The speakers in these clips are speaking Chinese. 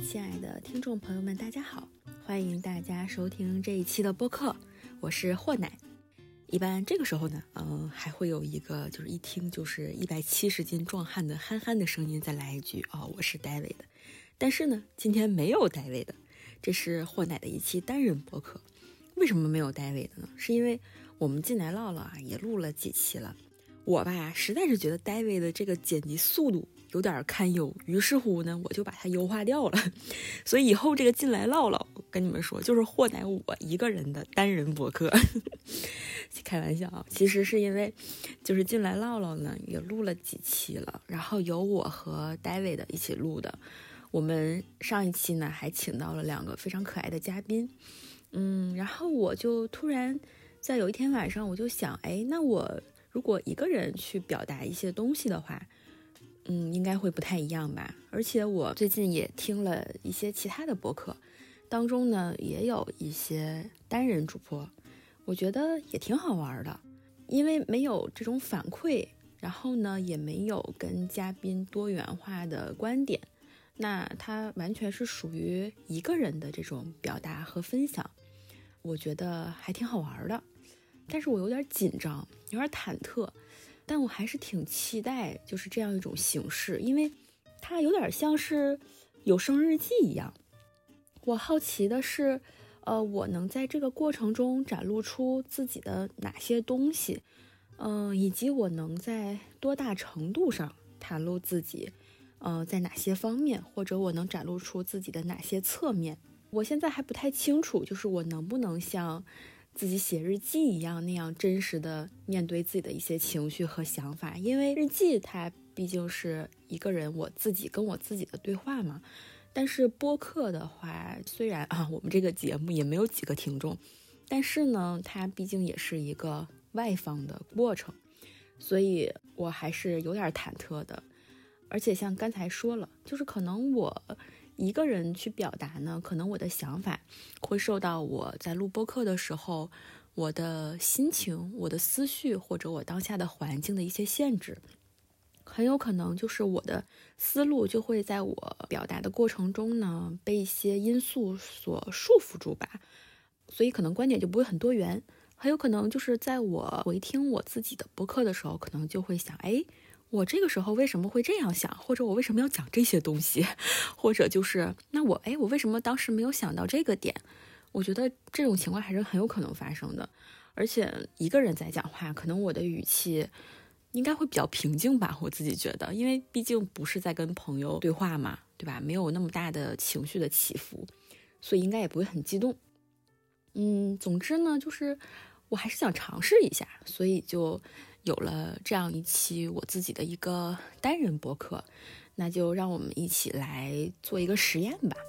亲爱的听众朋友们，大家好，欢迎大家收听这一期的播客，我是霍奶。一般这个时候呢，还会有一个就是一听就是170斤壮汉的憨憨的声音再来一句我是戴维的。但是呢，今天没有戴维的，这是霍奶的一期单人播客。为什么没有戴维的呢？是因为我们进来唠唠也录了几期了，我吧实在是觉得戴维的这个剪辑速度有点堪忧，于是乎呢我就把它优化掉了。所以以后这个进来唠唠，我跟你们说就是霍奶我一个人的单人播客。开玩笑其实是因为就是进来唠唠呢也录了几期了，然后有我和戴维的一起录的。我们上一期呢还请到了2个非常可爱的嘉宾，然后我就突然在有一天晚上我就想，那我如果一个人去表达一些东西的话，应该会不太一样吧。而且我最近也听了一些其他的播客，当中呢也有一些单人主播，我觉得也挺好玩的，因为没有这种反馈，然后呢也没有跟嘉宾多元化的观点，那它完全是属于一个人的这种表达和分享，我觉得还挺好玩的。但是我有点紧张，有点忐忑，但我还是挺期待就是这样一种形式，因为它有点像是有声日记一样。我好奇的是我能在这个过程中展露出自己的哪些东西，以及我能在多大程度上袒露自己在哪些方面，或者我能展露出自己的哪些侧面。我现在还不太清楚，就是我能不能像自己写日记一样那样真实的面对自己的一些情绪和想法，因为日记它毕竟是一个人我自己跟我自己的对话嘛。但是播客的话，虽然我们这个节目也没有几个听众，但是呢它毕竟也是一个外放的过程，所以我还是有点忐忑的。而且像刚才说了，就是可能我一个人去表达呢，可能我的想法会受到我在录播客的时候我的心情、我的思绪或者我当下的环境的一些限制，很有可能就是我的思路就会在我表达的过程中呢被一些因素所束缚住吧，所以可能观点就不会很多元。很有可能就是在我回听我自己的播客的时候，可能就会想，我这个时候为什么会这样想，或者我为什么要讲这些东西，或者就是那我为什么当时没有想到这个点。我觉得这种情况还是很有可能发生的。而且一个人在讲话，可能我的语气应该会比较平静吧，我自己觉得，因为毕竟不是在跟朋友对话嘛，对吧？没有那么大的情绪的起伏，所以应该也不会很激动。总之呢，就是我还是想尝试一下，所以就有了这样一期我自己的一个单人播客。那就让我们一起来做一个实验吧。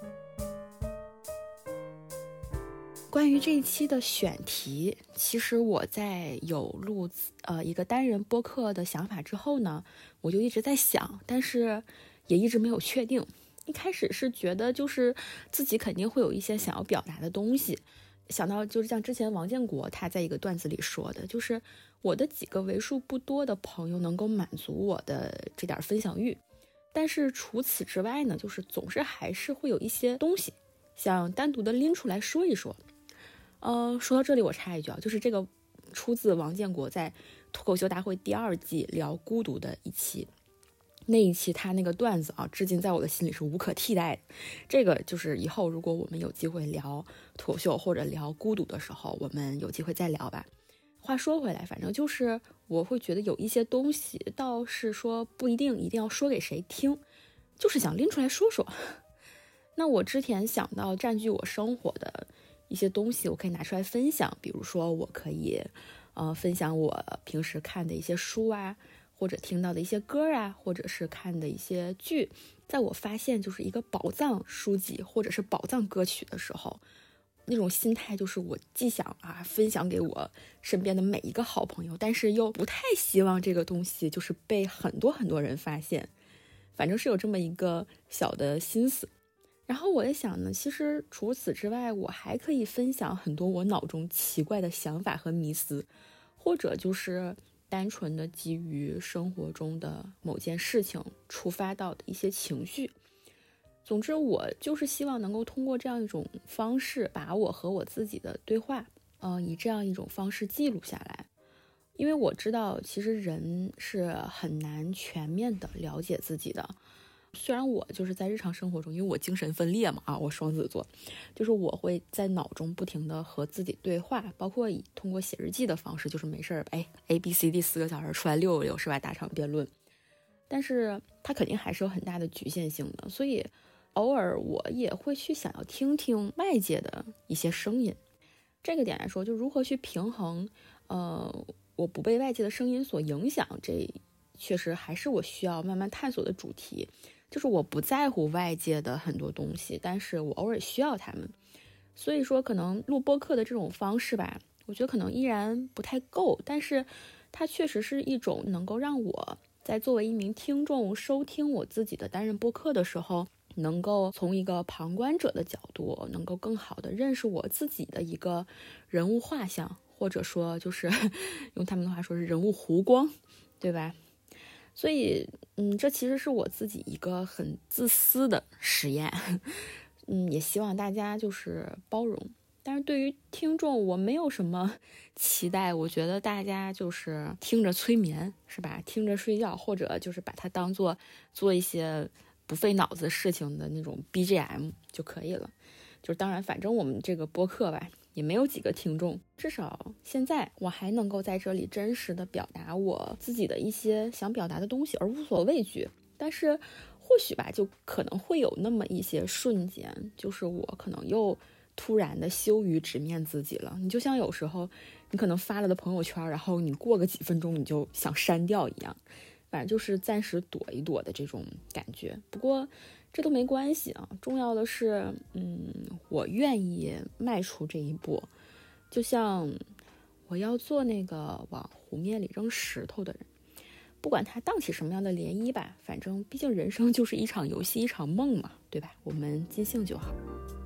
关于这一期的选题，其实我在有录一个单人播客的想法之后呢，我就一直在想，但是也一直没有确定。一开始是觉得就是自己肯定会有一些想要表达的东西，想到就是像之前王建国他在一个段子里说的，就是我的几个为数不多的朋友能够满足我的这点分享欲，但是除此之外呢，就是总是还是会有一些东西想单独的拎出来说一说。说到这里我插一句就是这个出自王建国在脱口秀大会第2季聊孤独的一期，那一期他那个段子至今在我的心里是无可替代的。这个就是以后如果我们有机会聊脱口秀或者聊孤独的时候，我们有机会再聊吧。话说回来，反正就是我会觉得有一些东西倒是说不一定要说给谁听，就是想拎出来说说。那我之前想到占据我生活的一些东西我可以拿出来分享，比如说我可以分享我平时看的一些书啊，或者听到的一些歌啊，或者是看的一些剧。在我发现就是一个宝藏书籍或者是宝藏歌曲的时候，那种心态就是我既想分享给我身边的每一个好朋友，但是又不太希望这个东西就是被很多很多人发现，反正是有这么一个小的心思。然后我也想呢，其实除此之外，我还可以分享很多我脑中奇怪的想法和迷思，或者就是单纯的基于生活中的某件事情触发到的一些情绪。 总之我就是希望能够通过这样一种方式，把我和我自己的对话以这样一种方式记录下来。因为我知道其实人是很难全面的了解自己的。虽然我就是在日常生活中，因为我精神分裂嘛，我双子座，就是我会在脑中不停的和自己对话，包括通过写日记的方式，就是没事ABCD 4个小时出来溜溜是吧，大场辩论。但是它肯定还是有很大的局限性的，所以偶尔我也会去想要听听外界的一些声音。这个点来说，就如何去平衡我不被外界的声音所影响，这确实还是我需要慢慢探索的主题。就是我不在乎外界的很多东西，但是我偶尔需要他们。所以说可能录播客的这种方式吧，我觉得可能依然不太够，但是它确实是一种能够让我在作为一名听众收听我自己的单人播客的时候，能够从一个旁观者的角度，能够更好的认识我自己的一个人物画像，或者说就是用他们的话说是人物弧光，对吧？所以这其实是我自己一个很自私的实验，也希望大家就是包容。但是对于听众我没有什么期待，我觉得大家就是听着催眠是吧，听着睡觉，或者就是把它当做做一些不费脑子事情的那种 BGM 就可以了。就是当然反正我们这个播客吧也没有几个听众，至少现在我还能够在这里真实的表达我自己的一些想表达的东西而无所畏惧。但是或许吧，就可能会有那么一些瞬间，就是我可能又突然的羞于直面自己了。你就像有时候你可能发了的朋友圈，然后你过个几分钟你就想删掉一样，反正就是暂时躲一躲的这种感觉。不过这都没关系啊，重要的是我愿意迈出这一步。就像我要做那个往湖面里扔石头的人，不管它荡起什么样的涟漪吧，反正毕竟人生就是一场游戏，一场梦嘛，对吧？我们尽兴就好。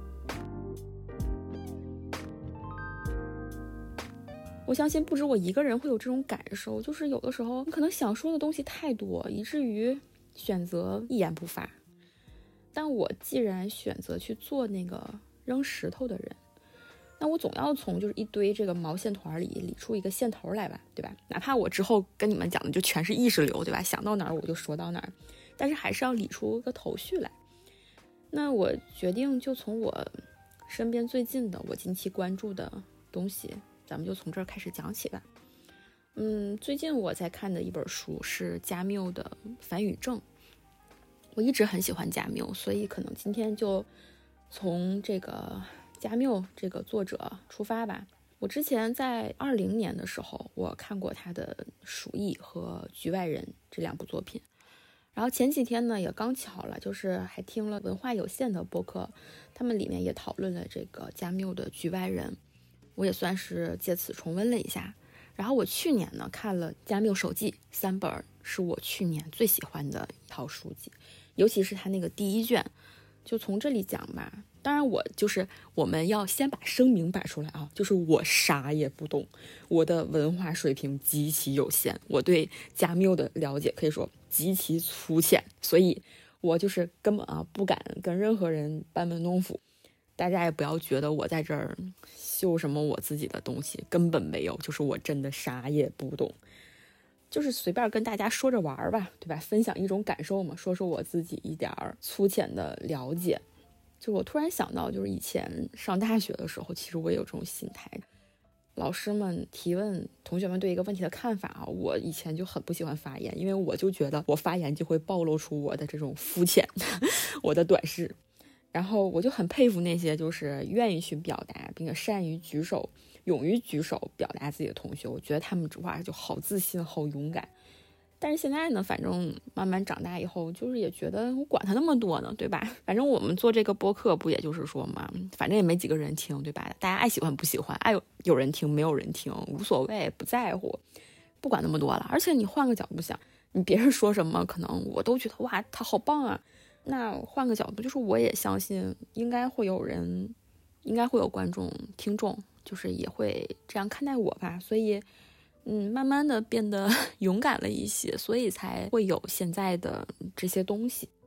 我相信不止我一个人会有这种感受，就是有的时候你可能想说的东西太多，以至于选择一言不发。但我既然选择去做那个扔石头的人，那我总要从就是一堆这个毛线团里理出一个线头来吧，对吧？哪怕我之后跟你们讲的就全是意识流，对吧？想到哪儿我就说到哪儿，但是还是要理出个头绪来。那我决定就从我身边最近的我近期关注的东西，咱们就从这儿开始讲起吧。最近我在看的一本书是加缪的《梵语症》。我一直很喜欢加缪，所以可能今天就从这个加缪这个作者出发吧。我之前在2020年的时候，我看过他的《鼠疫》和《局外人》这2部作品。然后前几天呢，也刚巧了，就是还听了文化有限的播客，他们里面也讨论了这个加缪的《局外人》，我也算是借此重温了一下。然后我去年呢看了加缪手记3本，是我去年最喜欢的一套书籍。尤其是他那个第1卷，就从这里讲吧。当然我们要先把声明摆出来啊，就是我啥也不懂，我的文化水平极其有限，我对加缪的了解可以说极其粗浅，所以我就是根本不敢跟任何人班门弄斧。大家也不要觉得我在这儿秀什么我自己的东西，根本没有，就是我真的啥也不懂。就是随便跟大家说着玩吧，对吧？分享一种感受嘛，说说我自己一点粗浅的了解。就我突然想到，就是以前上大学的时候，其实我也有这种心态。老师们提问同学们对一个问题的看法我以前就很不喜欢发言，因为我就觉得我发言就会暴露出我的这种肤浅，我的短视。然后我就很佩服那些就是愿意去表达，并且善于举手、勇于举手表达自己的同学，我觉得他们哇就好自信、好勇敢。但是现在呢，反正慢慢长大以后，就是也觉得我管他那么多呢，对吧？反正我们做这个播客不也就是说嘛，反正也没几个人听，对吧？大家爱喜欢不喜欢，爱有人听没有人听无所谓，不在乎，不管那么多了。而且你换个角度想，你别人说什么可能我都觉得哇他好棒啊，那换个角度就是我也相信应该会有人，应该会有观众听众就是也会这样看待我吧。所以慢慢的变得勇敢了一些，所以才会有现在的这些东西。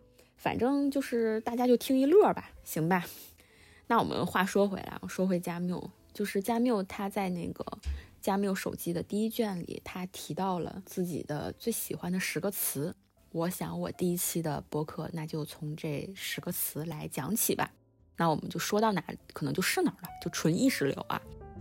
反正就是大家就听一乐吧，行吧。那我们话说回来，说回加缪，就是加缪他在那个加缪手记的第一卷里，他提到了自己的最喜欢的10个词。我想我第一期的播客那就从这10个词来讲起吧。那我们就说到哪可能就是哪儿了，就纯意识流啊。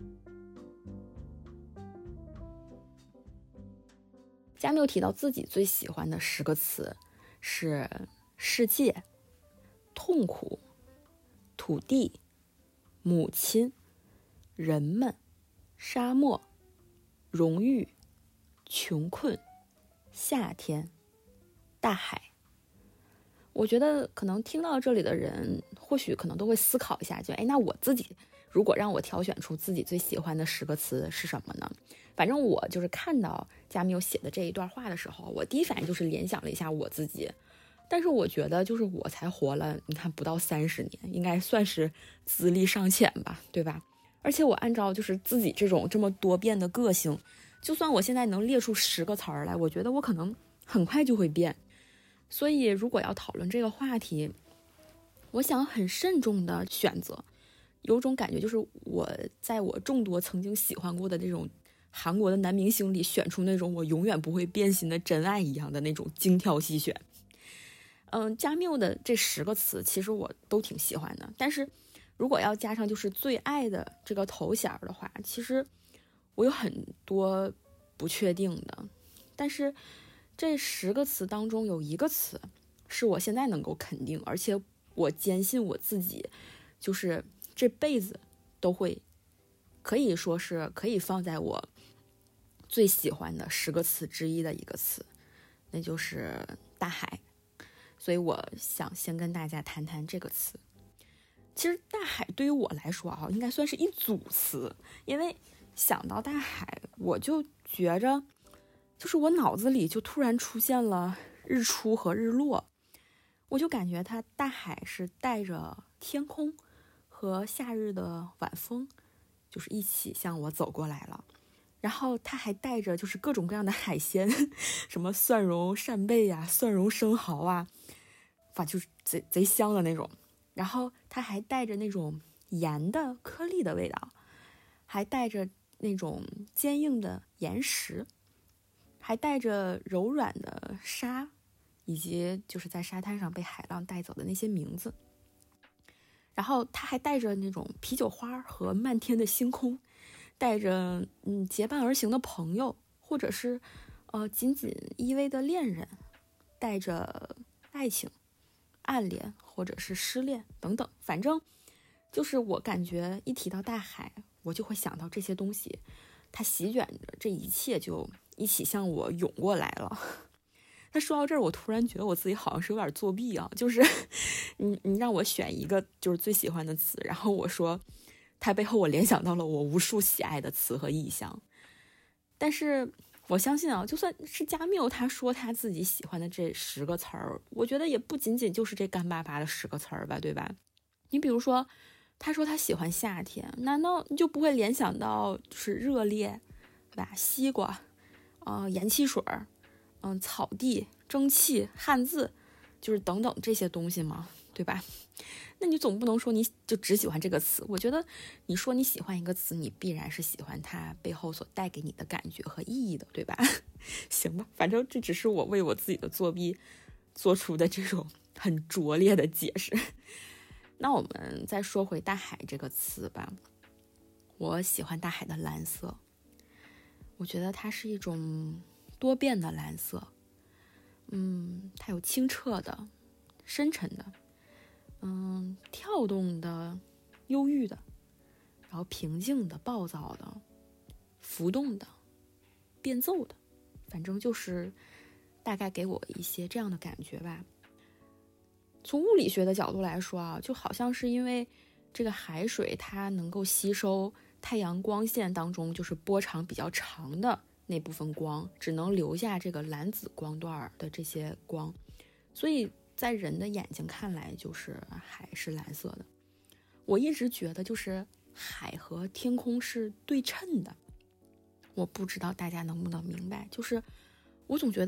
加缪提到自己最喜欢的10个词是世界、痛苦、土地、母亲、人们、沙漠、荣誉、穷困、夏天、大海。我觉得可能听到这里的人或许可能都会思考一下，就那我自己如果让我挑选出自己最喜欢的10个词是什么呢？反正我就是看到加缪写的这一段话的时候，我第一反应就是联想了一下我自己。但是我觉得就是我才活了你看不到30年，应该算是资历尚浅吧，对吧？而且我按照就是自己这么多变的个性，就算我现在能列出10个词儿来，我觉得我可能很快就会变。所以如果要讨论这个话题，我想很慎重的选择，有种感觉就是我在我众多曾经喜欢过的这种韩国的男明星里选出那种我永远不会变心的真爱一样的那种精挑细选。加缪的这10个词其实我都挺喜欢的，但是如果要加上就是最爱的这个头衔的话，其实我有很多不确定的。但是这10个词当中有一个词是我现在能够肯定，而且我坚信我自己就是这辈子都会可以说是可以放在我最喜欢的10个词之一的一个词，那就是大海。所以我想先跟大家谈谈这个词。其实大海对于我来说啊，应该算是一组词，因为想到大海，我就觉着就是我脑子里就突然出现了日出和日落，我就感觉它大海是带着天空和夏日的晚风，就是一起向我走过来了。然后它还带着就是各种各样的海鲜，什么蒜蓉扇贝呀、蒜蓉生蚝啊，反正就是贼香的那种。然后它还带着那种盐的颗粒的味道，还带着那种坚硬的岩石，还带着柔软的沙，以及就是在沙滩上被海浪带走的那些名字。然后它还带着那种啤酒花和漫天的星空，带着结伴而行的朋友，或者是紧紧依偎的恋人，带着爱情、暗恋或者是失恋等等。反正就是我感觉一提到大海，我就会想到这些东西，它席卷着这一切就一起向我涌过来了。那说到这儿，我突然觉得我自己好像是有点作弊啊，就是你让我选一个就是最喜欢的词，然后我说它背后我联想到了我无数喜爱的词和意象。但是我相信啊，就算是加缪他说他自己喜欢的这10个词儿，我觉得也不仅仅就是这干巴巴的10个词儿吧，对吧？你比如说他说他喜欢夏天，难道你就不会联想到就是热烈，对吧？西瓜盐汽水草地、蒸汽、汉字，就是等等这些东西吗？对吧？那你总不能说你就只喜欢这个词。我觉得你说你喜欢一个词，你必然是喜欢它背后所带给你的感觉和意义的，对吧？行吧，反正这只是我为我自己的作弊做出的这种很拙劣的解释。那我们再说回大海这个词吧。我喜欢大海的蓝色，我觉得它是一种多变的蓝色。它有清澈的、深沉的，跳动的、忧郁的，然后平静的、暴躁的、浮动的、变奏的，反正就是大概给我一些这样的感觉吧。从物理学的角度来说啊，就好像是因为这个海水它能够吸收太阳光线当中就是波长比较长的那部分光，只能留下这个蓝紫光段的这些光，所以在人的眼睛看来就是海是蓝色的。我一直觉得就是海和天空是对称的，我不知道大家能不能明白，就是我总觉得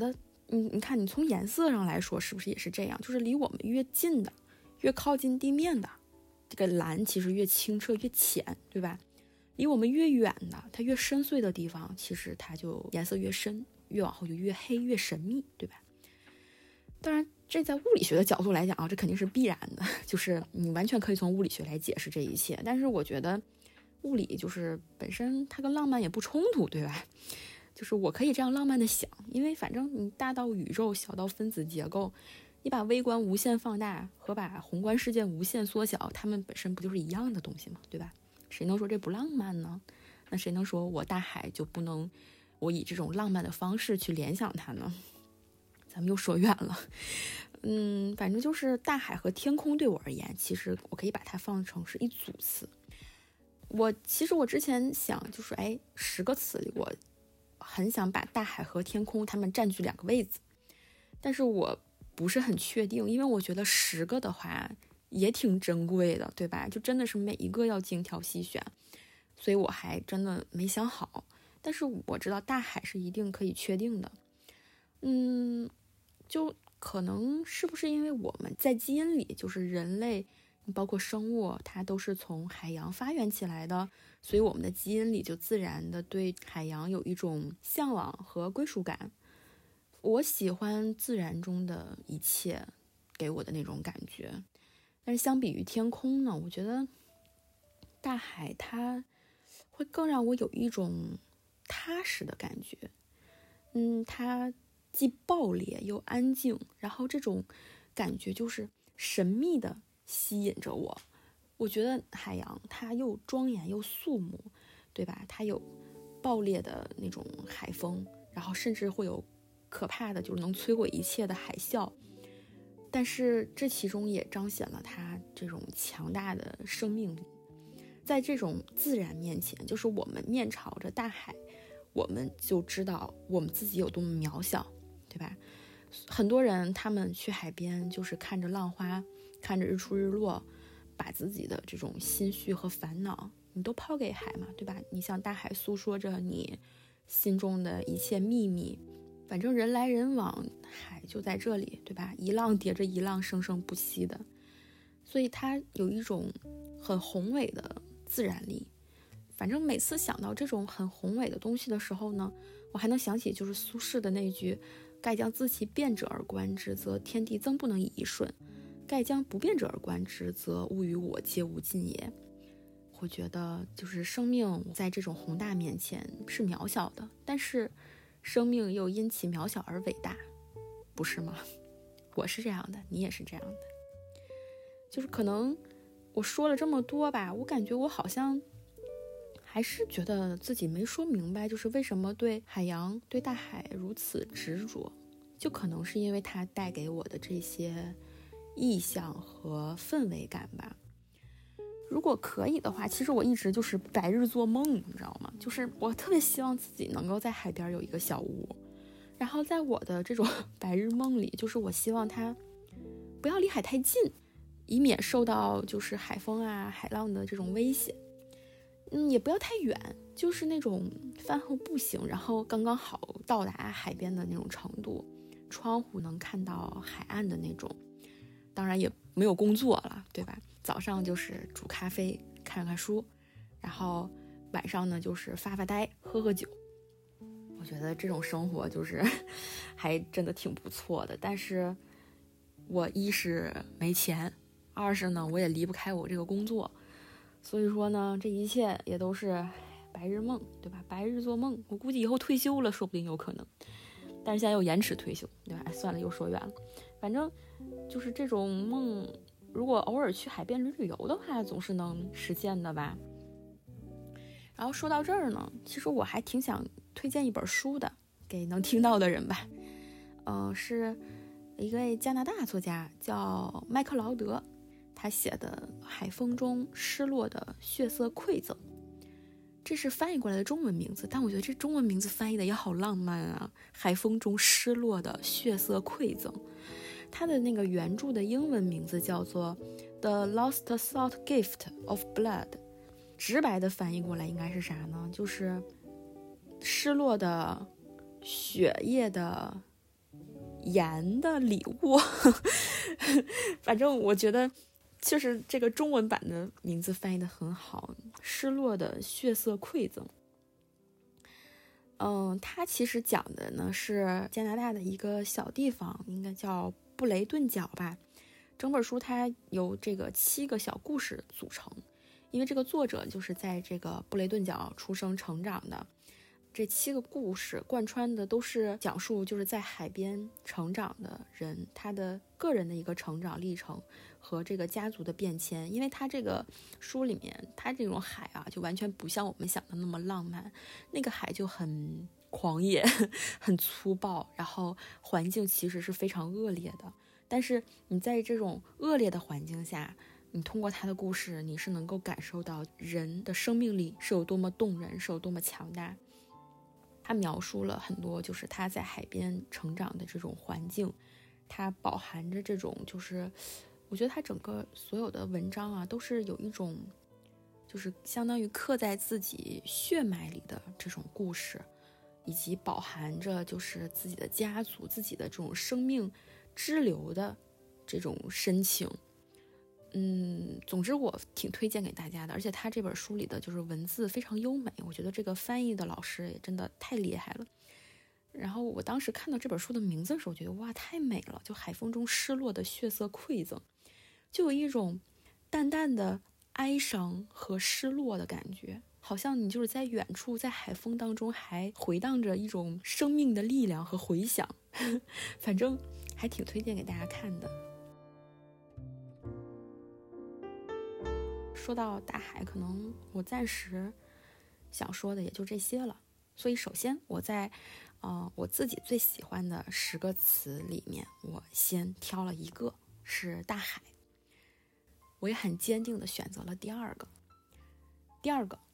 你看，你从颜色上来说，是不是也是这样？就是离我们越近的，越靠近地面的，这个蓝其实越清澈越浅，对吧？离我们越远的，它越深邃的地方，其实它就颜色越深，越往后就越黑越神秘，对吧？当然，这在物理学的角度来讲啊，这肯定是必然的，就是你完全可以从物理学来解释这一切。但是我觉得，物理就是本身它跟浪漫也不冲突，对吧？就是我可以这样浪漫的想，因为反正你大到宇宙，小到分子结构，你把微观无限放大和把宏观事件无限缩小，它们本身不就是一样的东西吗？对吧？谁能说这不浪漫呢？那谁能说我大海就不能我以这种浪漫的方式去联想它呢？咱们又说远了。反正就是大海和天空对我而言，其实我可以把它放成是一组词。其实我之前想就是10个词里，我很想把大海和天空它们占据2个位子，但是我不是很确定，因为我觉得10个的话也挺珍贵的，对吧？就真的是每一个要精挑细选，所以我还真的没想好。但是我知道大海是一定可以确定的。就可能是不是因为我们在基因里，就是人类包括生物，它都是从海洋发源起来的，所以我们的基因里就自然的对海洋有一种向往和归属感。我喜欢自然中的一切给我的那种感觉，但是相比于天空呢，我觉得大海它会更让我有一种踏实的感觉。它既暴烈又安静，然后这种感觉就是神秘的吸引着我。我觉得海洋它又庄严又肃穆，对吧？它有暴烈的那种海风，然后甚至会有可怕的就是能摧毁一切的海啸，但是这其中也彰显了它这种强大的生命力。在这种自然面前，就是我们面朝着大海，我们就知道我们自己有多么渺小，对吧？很多人他们去海边就是看着浪花，看着日出日落，把自己的这种心绪和烦恼你都抛给海嘛，对吧？你向大海诉说着你心中的一切秘密，反正人来人往，海就在这里，对吧？一浪叠着一浪，生生不息的，所以它有一种很宏伟的自然力。反正每次想到这种很宏伟的东西的时候呢，我还能想起就是苏轼的那句盖将自其变者而观之，则天地曾不能以一瞬；盖将不变者而观之，则物与我皆无尽也。我觉得就是生命在这种宏大面前是渺小的，但是生命又因其渺小而伟大，不是吗？我是这样的，你也是这样的。就是可能我说了这么多吧，我感觉我好像还是觉得自己没说明白，就是为什么对海洋对大海如此执着，就可能是因为它带给我的这些意象和氛围感吧。如果可以的话，其实我一直就是白日做梦，你知道吗？就是我特别希望自己能够在海边有一个小屋，然后在我的这种白日梦里，就是我希望它不要离海太近，以免受到就是海风啊海浪的这种威胁。也不要太远，就是那种饭后步行，然后刚刚好到达海边的那种程度，窗户能看到海岸的那种。当然也没有工作了，对吧？早上就是煮咖啡看看书，然后晚上呢就是发发呆喝喝酒。我觉得这种生活就是还真的挺不错的，但是我一是没钱，二是呢我也离不开我这个工作，所以说呢这一切也都是白日梦，对吧？白日做梦。我估计以后退休了说不定有可能，但是现在又延迟退休，对吧？算了，又说远了。反正就是这种梦，如果偶尔去海边旅游的话，总是能实现的吧。然后说到这儿呢，其实我还挺想推荐一本书的，给能听到的人吧。是一位加拿大作家叫麦克劳德，他写的《海风中失落的血色馈赠》。这是翻译过来的中文名字，但我觉得这中文名字翻译的也好浪漫啊！海风中失落的血色馈赠，它的那个原著的英文名字叫做 The Lost Salt Gift of Blood， 直白的翻译过来应该是啥呢？就是失落的血液的盐的礼物。反正我觉得确实这个中文版的名字翻译的很好，失落的血色馈赠。它其实讲的呢是加拿大的一个小地方，应该叫布雷顿角吧。整本书它由这个7个小故事组成，因为这个作者就是在这个布雷顿角出生成长的。这7个故事贯穿的都是讲述就是在海边成长的人，他的个人的一个成长历程和这个家族的变迁。因为他这个书里面，他这种海啊，就完全不像我们想的那么浪漫，那个海就很狂野，很粗暴，然后环境其实是非常恶劣的。但是你在这种恶劣的环境下，你通过他的故事，你是能够感受到人的生命力是有多么动人，是有多么强大。他描述了很多就是他在海边成长的这种环境，它饱含着这种就是我觉得他整个所有的文章啊都是有一种就是相当于刻在自己血脉里的这种故事，以及饱含着就是自己的家族自己的这种生命支流的这种深情。总之我挺推荐给大家的，而且他这本书里的就是文字非常优美，我觉得这个翻译的老师也真的太厉害了。然后我当时看到这本书的名字的时候，觉得哇，太美了，就海风中失落的血色馈赠，就有一种淡淡的哀伤和失落的感觉，好像你就是在远处，在海风当中还回荡着一种生命的力量和回响。反正还挺推荐给大家看的。说到大海，可能我暂时想说的也就这些了。所以首先我在我自己最喜欢的10个词里面，我先挑了一个是大海，我也很坚定的选择了第二个。第二个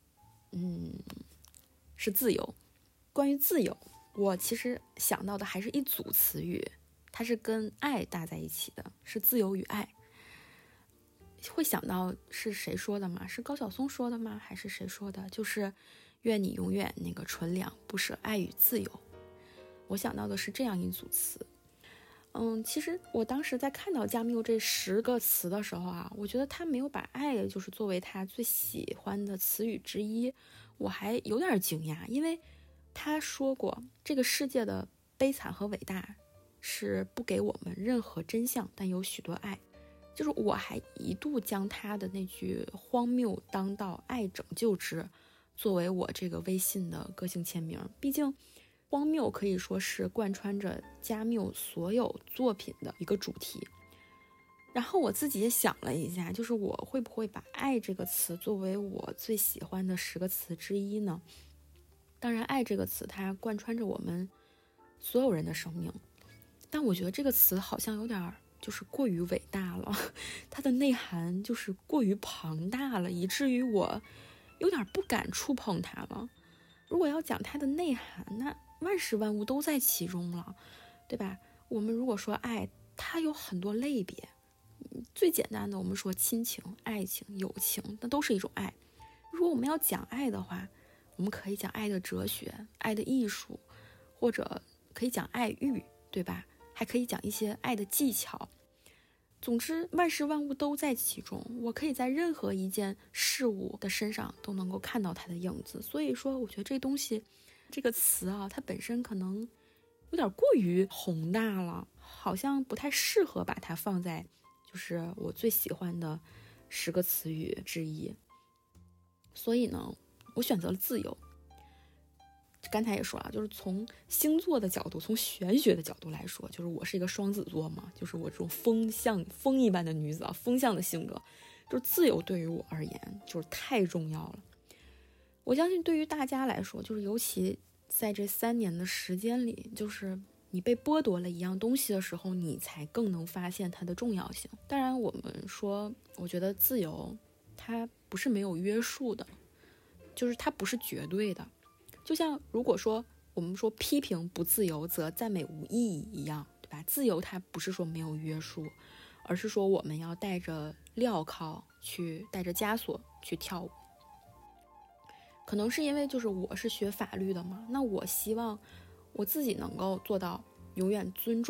是自由。关于自由，我其实想到的还是一组词语，它是跟爱搭在一起的，是自由与爱。会想到是谁说的吗？是高晓松说的吗？还是谁说的？就是愿你永远那个纯良，不舍爱与自由。我想到的是这样一组词。其实我当时在看到加缪这10个词的时候啊，我觉得他没有把爱就是作为他最喜欢的词语之一，我还有点惊讶，因为他说过这个世界的悲惨和伟大是不给我们任何真相，但有许多爱。就是我还一度将他的那句荒谬当道，爱拯救之作为我这个微信的个性签名。毕竟荒谬可以说是贯穿着加缪所有作品的一个主题。然后我自己也想了一下，就是我会不会把爱这个词作为我最喜欢的10个词之一呢？当然爱这个词它贯穿着我们所有人的生命，但我觉得这个词好像有点就是过于伟大了，它的内涵就是过于庞大了，以至于我有点不敢触碰它了。如果要讲它的内涵，那万事万物都在其中了，对吧？我们如果说爱，它有很多类别，最简单的我们说亲情、爱情、友情，那都是一种爱。如果我们要讲爱的话，我们可以讲爱的哲学、爱的艺术，或者可以讲爱欲，对吧？还可以讲一些爱的技巧。总之万事万物都在其中，我可以在任何一件事物的身上都能够看到它的影子。所以说我觉得这东西这个词啊，它本身可能有点过于宏大了，好像不太适合把它放在就是我最喜欢的10个词语之一。所以呢，我选择了自由。刚才也说了，就是从星座的角度，从玄学的角度来说，就是我是一个双子座嘛，就是我这种风一般的女子啊，风向的性格，就是自由对于我而言就是太重要了。我相信对于大家来说，就是尤其在这3年的时间里，就是你被剥夺了一样东西的时候，你才更能发现它的重要性。当然我们说，我觉得自由它不是没有约束的，就是它不是绝对的。就像如果说我们说批评不自由则赞美无意义一样，对吧？自由它不是说没有约束，而是说我们要带着镣铐去，带着枷锁去跳舞。可能是因为就是我是学法律的嘛，那我希望我自己能够做到永远尊重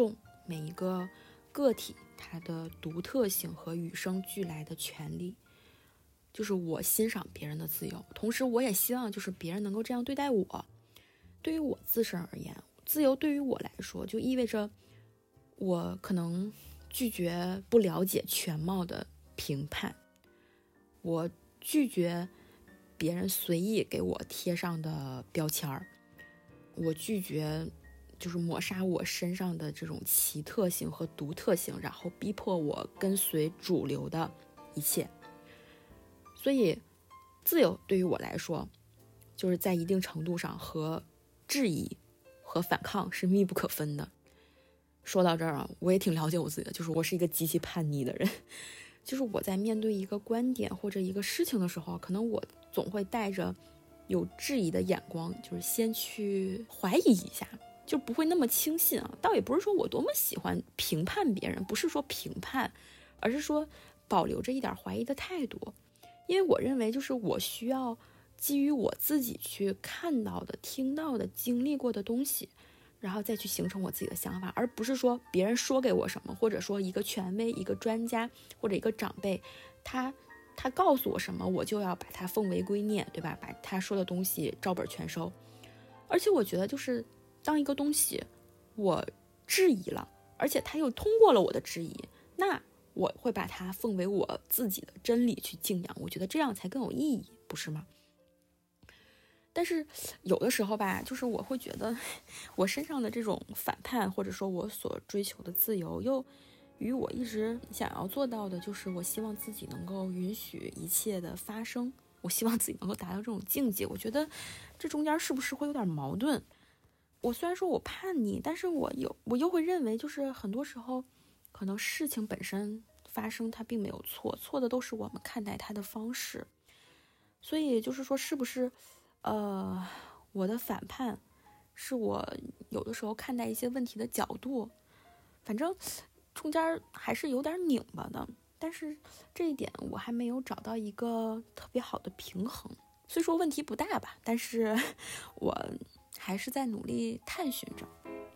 每一个个体它的独特性和与生俱来的权利。就是我欣赏别人的自由，同时我也希望就是别人能够这样对待我。对于我自身而言，自由对于我来说就意味着我可能拒绝不了解全貌的评判，我拒绝别人随意给我贴上的标签儿，我拒绝就是抹杀我身上的这种奇特性和独特性，然后逼迫我跟随主流的一切。所以自由对于我来说，就是在一定程度上和质疑和反抗是密不可分的。说到这儿啊，我也挺了解我自己的，就是我是一个极其叛逆的人。就是我在面对一个观点或者一个事情的时候，可能我总会带着有质疑的眼光，就是先去怀疑一下，就不会那么轻信啊。倒也不是说我多么喜欢评判别人，不是说评判，而是说保留着一点怀疑的态度。因为我认为就是我需要基于我自己去看到的、听到的、经历过的东西，然后再去形成我自己的想法，而不是说别人说给我什么，或者说一个权威、一个专家或者一个长辈他告诉我什么，我就要把它奉为圭臬，对吧？把他说的东西照本全收。而且我觉得就是当一个东西我质疑了，而且他又通过了我的质疑，那我会把它奉为我自己的真理去敬仰，我觉得这样才更有意义，不是吗？但是有的时候吧，就是我会觉得我身上的这种反叛，或者说我所追求的自由，又与我一直想要做到的，就是我希望自己能够允许一切的发生，我希望自己能够达到这种境界。我觉得这中间是不是会有点矛盾？我虽然说我叛逆，但是我又会认为，就是很多时候可能事情本身发生它并没有错，错的都是我们看待它的方式。所以就是说，是不是我的反叛是我有的时候看待一些问题的角度，反正中间还是有点拧巴的。但是这一点我还没有找到一个特别好的平衡。虽说问题不大吧，但是我还是在努力探寻着。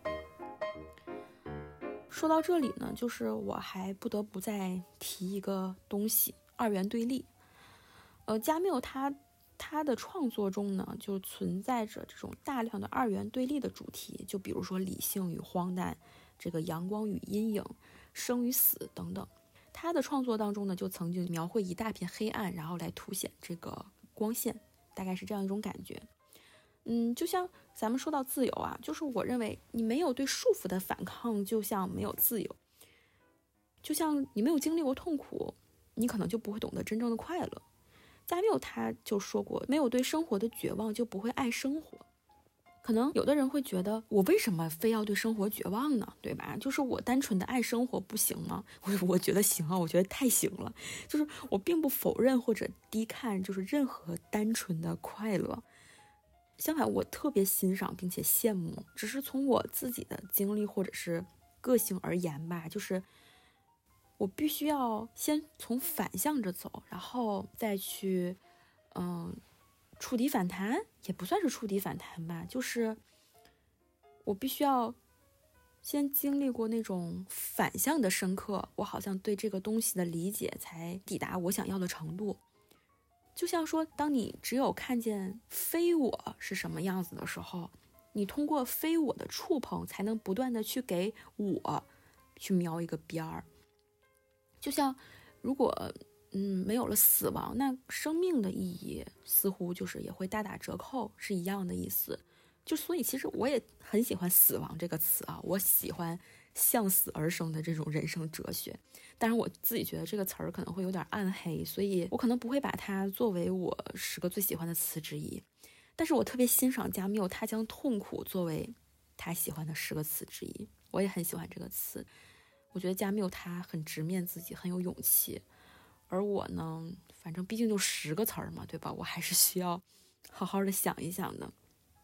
说到这里呢，就是我还不得不再提一个东西，二元对立。加缪他的创作中呢，就存在着这种大量的二元对立的主题，就比如说理性与荒诞，这个阳光与阴影，生与死等等。他的创作当中呢，就曾经描绘一大片黑暗，然后来凸显这个光线，大概是这样一种感觉。就像咱们说到自由啊，就是我认为你没有对束缚的反抗，就像没有自由。就像你没有经历过痛苦，你可能就不会懂得真正的快乐。加缪他就说过，没有对生活的绝望，就不会爱生活。可能有的人会觉得，我为什么非要对生活绝望呢？对吧？就是我单纯的爱生活不行吗？我觉得行啊，我觉得太行了。就是我并不否认或者低看，就是任何单纯的快乐。相反，我特别欣赏并且羡慕，只是从我自己的经历或者是个性而言吧，就是我必须要先从反向着走，然后再去触底反弹，也不算是触底反弹吧，就是我必须要先经历过那种反向的深刻，我好像对这个东西的理解才抵达我想要的程度。就像说，当你只有看见非我是什么样子的时候，你通过非我的触碰，才能不断的去给我去描一个边儿。就像如果没有了死亡，那生命的意义似乎就是也会大打折扣，是一样的意思。就所以其实我也很喜欢死亡这个词啊，我喜欢向死而生的这种人生哲学。但是我自己觉得这个词儿可能会有点暗黑，所以我可能不会把它作为我10个最喜欢的词之一。但是我特别欣赏加缪，他将痛苦作为他喜欢的10个词之一。我也很喜欢这个词，我觉得加缪他很直面自己，很有勇气。而我呢，反正毕竟就10个词儿嘛，对吧？我还是需要好好的想一想的。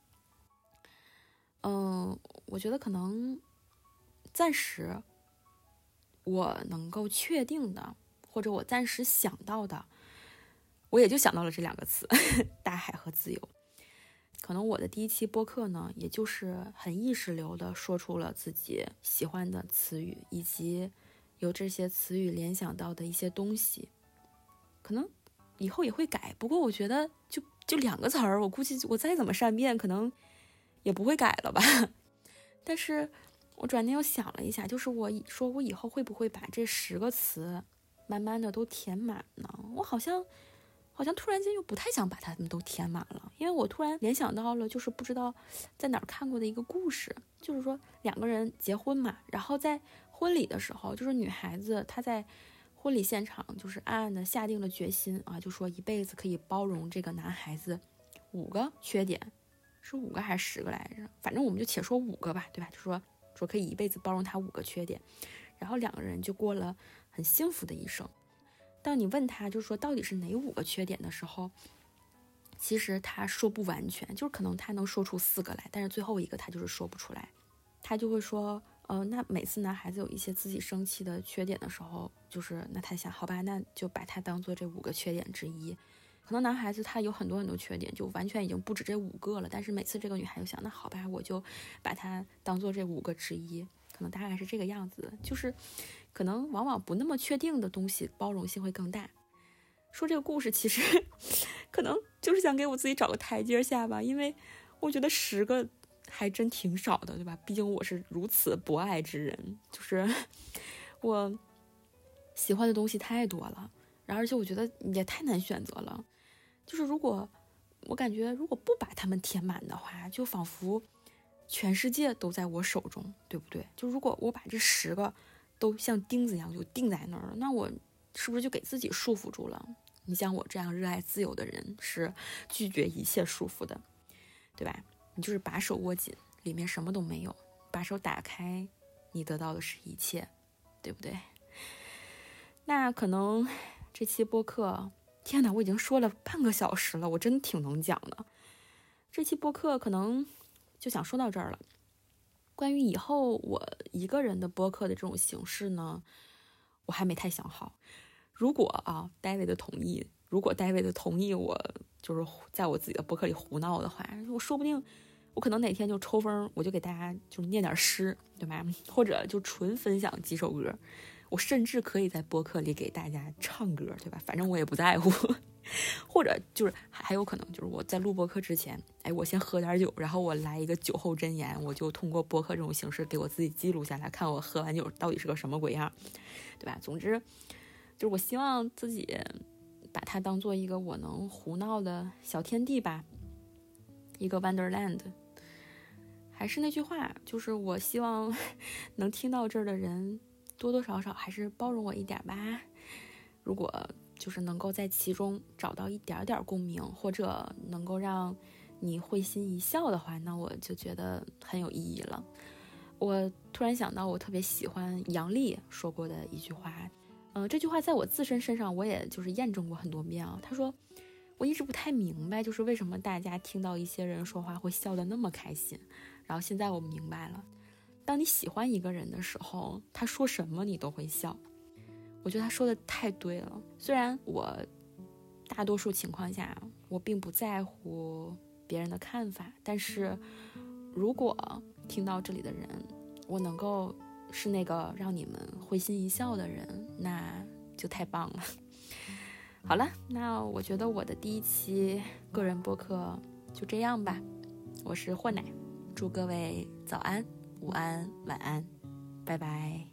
我觉得可能暂时我能够确定的，或者我暂时想到的，我也就想到了这2个词大海和自由。 可能我的第一期播客呢，也就是很意识流的说出了自己喜欢的词语，以及由这些词语联想到的一些东西。可能以后也会改，不过我觉得就2个词儿，我估计我再怎么善变，可能也不会改了吧。但是我转念又想了一下，就是我以后会不会把这10个词慢慢的都填满呢？我好像突然间又不太想把它们都填满了，因为我突然联想到了，就是不知道在哪儿看过的一个故事，就是说2个人结婚嘛，然后在婚礼的时候，就是女孩子她在婚礼现场就是暗暗的下定了决心啊，就说一辈子可以包容这个男孩子5个缺点，是5个还是10个来着？反正我们就且说5个吧，对吧？就说可以一辈子包容他5个缺点，然后2个人就过了很幸福的一生。当你问他就是说到底是哪5个缺点的时候，其实他说不完全，就是可能他能说出4个来，但是最后一个他就是说不出来。他就会说那每次男孩子有一些自己生气的缺点的时候，就是那他想好吧，那就把它当做这5个缺点之一。可能男孩子他有很多缺点，就完全已经不止这5个了，但是每次这个女孩就想，那好吧，我就把它当做这5个之一，可能大概是这个样子。就是可能往往不那么确定的东西包容性会更大。说这个故事其实可能就是想给我自己找个台阶下吧，因为我觉得10个还真挺少的，对吧？毕竟我是如此博爱之人，就是我喜欢的东西太多了，然后而且我觉得也太难选择了。就是我感觉如果不把它们填满的话，就仿佛全世界都在我手中，对不对？就如果我把这10个都像钉子一样就钉在那儿了，那我是不是就给自己束缚住了？你像我这样热爱自由的人是拒绝一切束缚的，对吧？你就是把手握紧，里面什么都没有，把手打开，你得到的是一切，对不对？那可能这期播客，天哪，我已经说了半个小时了，我真挺能讲的。这期播客可能就想说到这儿了。关于以后我一个人的播客的这种形式呢，我还没太想好。如果David 同意我就是在我自己的播客里胡闹的话，我说不定我可能哪天就抽风，我就给大家就念点诗，对吧？或者就纯分享几首歌。我甚至可以在播客里给大家唱歌，对吧？反正我也不在乎。或者就是还有可能就是我在录播客之前，我先喝点酒，然后我来一个酒后真言，我就通过播客这种形式给我自己记录下来，看我喝完酒到底是个什么鬼样，对吧？总之就是我希望自己把它当做一个我能胡闹的小天地吧，一个 Wonderland。还是那句话，就是我希望能听到这儿的人多多少少还是包容我一点吧。如果就是能够在其中找到一点点共鸣，或者能够让你会心一笑的话，那我就觉得很有意义了。我突然想到我特别喜欢杨笠说过的一句话，这句话在我自身身上我也就是验证过很多遍啊。他说我一直不太明白，就是为什么大家听到一些人说话会笑得那么开心，然后现在我明白了，当你喜欢一个人的时候，他说什么你都会笑。我觉得他说的太对了。虽然我大多数情况下我并不在乎别人的看法，但是如果听到这里的人，我能够是那个让你们会心一笑的人，那就太棒了。好了，那我觉得我的第一期个人播客就这样吧。我是霍奶，祝各位早安、午安、晚安，拜拜。